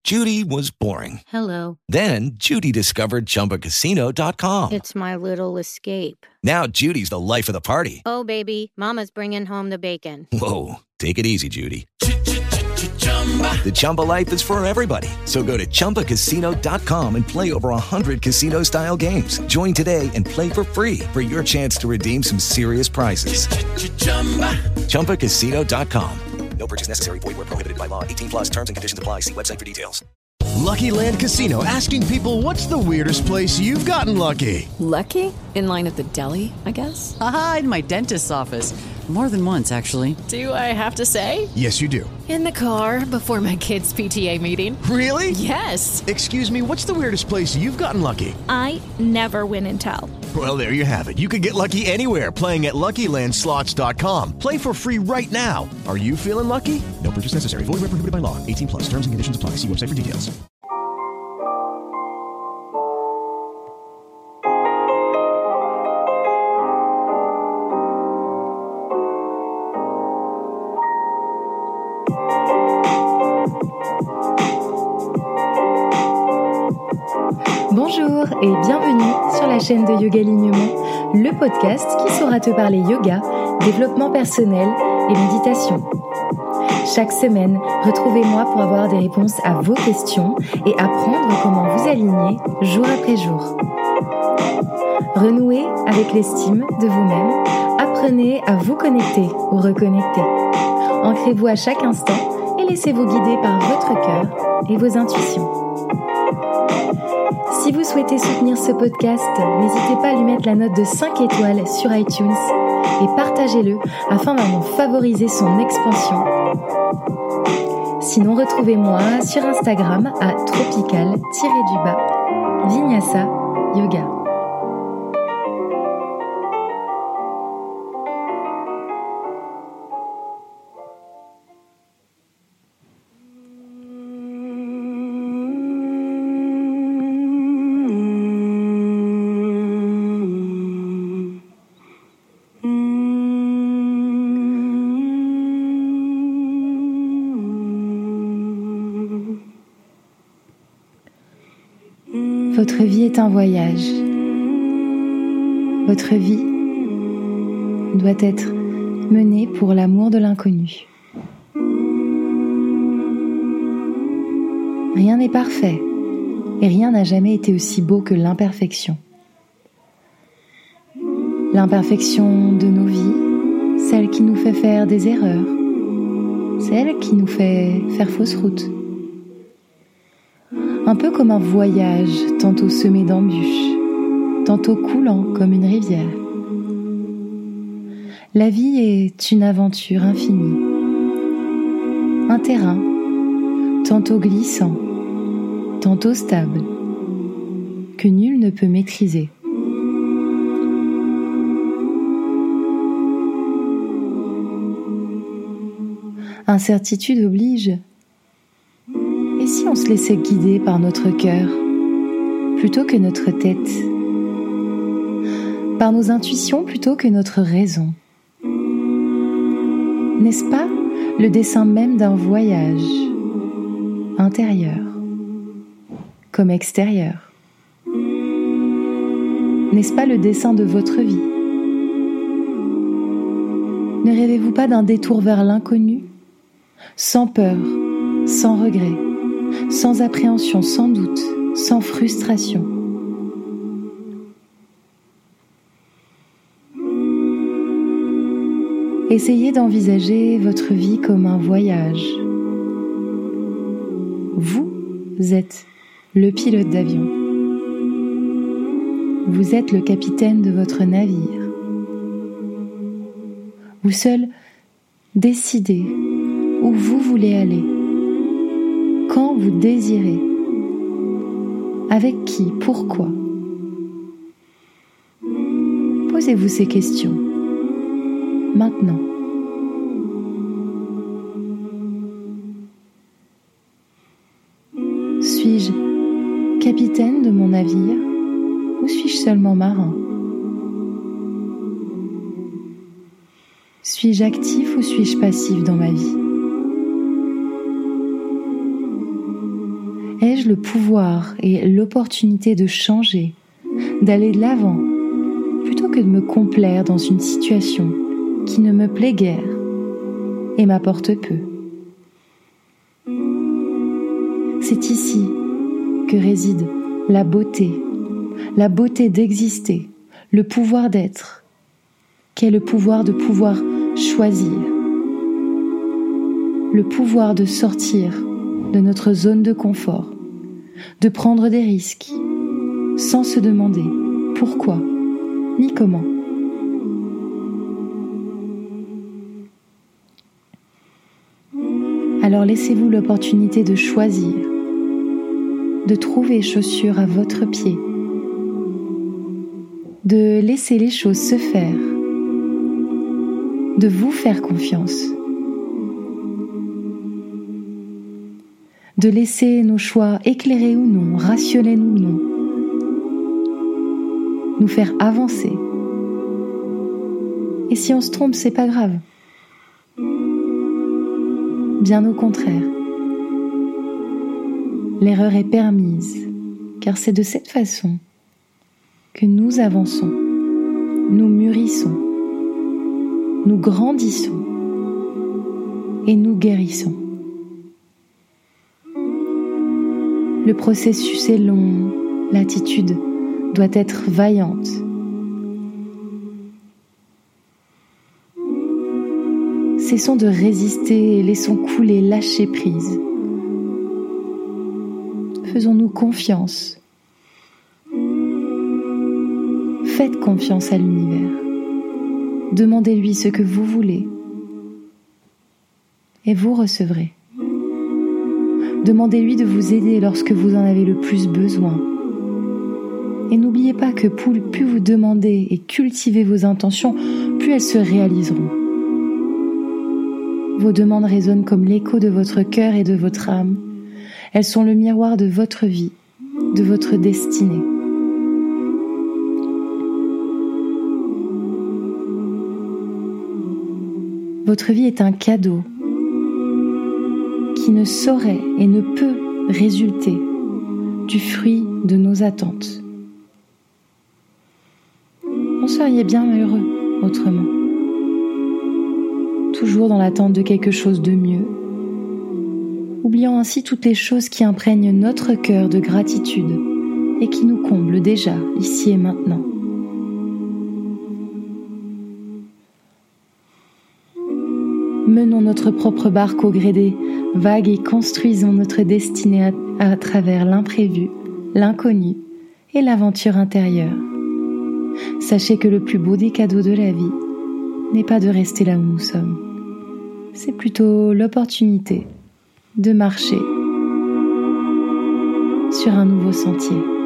Judy was boring. Hello. Then Judy discovered ChumbaCasino.com. It's my little escape. Now Judy's the life of the party. Oh, baby, mama's bringing home the bacon. Whoa, take it easy, Judy. The Chumba life is for everybody. So go to ChumbaCasino.com and play over 100 casino-style games. Join today and play for free for your chance to redeem some serious prizes. ChumbaCasino.com. No purchase necessary. Void where prohibited by law. 18 plus terms and conditions apply. See website for details. Lucky Land Casino, asking people, what's the weirdest place you've gotten lucky? Lucky? In line at the deli, I guess? Aha, in my dentist's office. More than once, actually. Do I have to say? Yes, you do. In the car before my kids' PTA meeting. Really? Yes. Excuse me, what's the weirdest place you've gotten lucky? I never win and tell. Well, there you have it. You can get lucky anywhere, playing at LuckyLandSlots.com. Play for free right now. Are you feeling lucky? No purchase necessary. Void where prohibited by law. 18 plus. Terms and conditions apply. See website for details. Bonjour et bienvenue sur la chaîne de Yoga Alignement, le podcast qui saura te parler yoga, développement personnel et méditation. Chaque semaine, retrouvez-moi pour avoir des réponses à vos questions et apprendre comment vous aligner jour après jour. Renouez avec l'estime de vous-même, apprenez à vous connecter ou reconnecter. Ancrez-vous à chaque instant et laissez-vous guider par votre cœur et vos intuitions. Si vous souhaitez soutenir ce podcast, n'hésitez pas à lui mettre la note de 5 étoiles sur iTunes et partagez-le afin d'en favoriser son expansion. Sinon, retrouvez-moi sur Instagram à tropical-vinyasa yoga. Votre vie est un voyage. Votre vie doit être menée pour l'amour de l'inconnu. Rien n'est parfait et rien n'a jamais été aussi beau que l'imperfection. L'imperfection de nos vies, celle qui nous fait faire des erreurs, celle qui nous fait faire fausse route. Un peu comme un voyage, tantôt semé d'embûches, tantôt coulant comme une rivière. La vie est une aventure infinie. Un terrain, tantôt glissant, tantôt stable, que nul ne peut maîtriser. Incertitude oblige. Et si on se laissait guider par notre cœur, plutôt que notre tête, par nos intuitions plutôt que notre raison? N'est-ce pas le dessin même d'un voyage, intérieur comme extérieur? N'est-ce pas le dessin de votre vie? Ne rêvez-vous pas d'un détour vers l'inconnu, sans peur, sans regret, sans appréhension, sans doute, sans frustration? Essayez d'envisager votre vie comme un voyage. Vous êtes le pilote d'avion. Vous êtes le capitaine de votre navire. Vous seul décidez où vous voulez aller, quand vous désirez, avec qui, pourquoi. Posez-vous ces questions, maintenant. Suis-je capitaine de mon navire ou suis-je seulement marin? Suis-je actif ou suis-je passif dans ma vie? Ai-je le pouvoir et l'opportunité de changer, d'aller de l'avant, plutôt que de me complaire dans une situation qui ne me plaît guère et m'apporte peu? C'est ici que réside la beauté d'exister, le pouvoir d'être, qu'est le pouvoir de pouvoir choisir, le pouvoir de sortir de notre zone de confort, de prendre des risques, sans se demander pourquoi ni comment. Alors laissez-vous l'opportunité de choisir, de trouver chaussures à votre pied, de laisser les choses se faire, de vous faire confiance, de laisser nos choix éclairés ou non, rationnels ou non, nous faire avancer. Et si on se trompe, c'est pas grave. Bien au contraire. L'erreur est permise, car c'est de cette façon que nous avançons, nous mûrissons, nous grandissons et nous guérissons. Le processus est long, l'attitude doit être vaillante. Cessons de résister et laissons couler, lâcher prise. Faisons-nous confiance. Faites confiance à l'univers. Demandez-lui ce que vous voulez et vous recevrez. Demandez-lui de vous aider lorsque vous en avez le plus besoin. Et n'oubliez pas que plus vous demandez et cultivez vos intentions, plus elles se réaliseront. Vos demandes résonnent comme l'écho de votre cœur et de votre âme. Elles sont le miroir de votre vie, de votre destinée. Votre vie est un cadeau qui ne saurait et ne peut résulter du fruit de nos attentes. Vous seriez bien heureux autrement, toujours dans l'attente de quelque chose de mieux, oubliant ainsi toutes les choses qui imprègnent notre cœur de gratitude et qui nous comblent déjà ici et maintenant. Menons notre propre barque au gré des vagues et construisons notre destinée à travers l'imprévu, l'inconnu et l'aventure intérieure. Sachez que le plus beau des cadeaux de la vie n'est pas de rester là où nous sommes. C'est plutôt l'opportunité de marcher sur un nouveau sentier.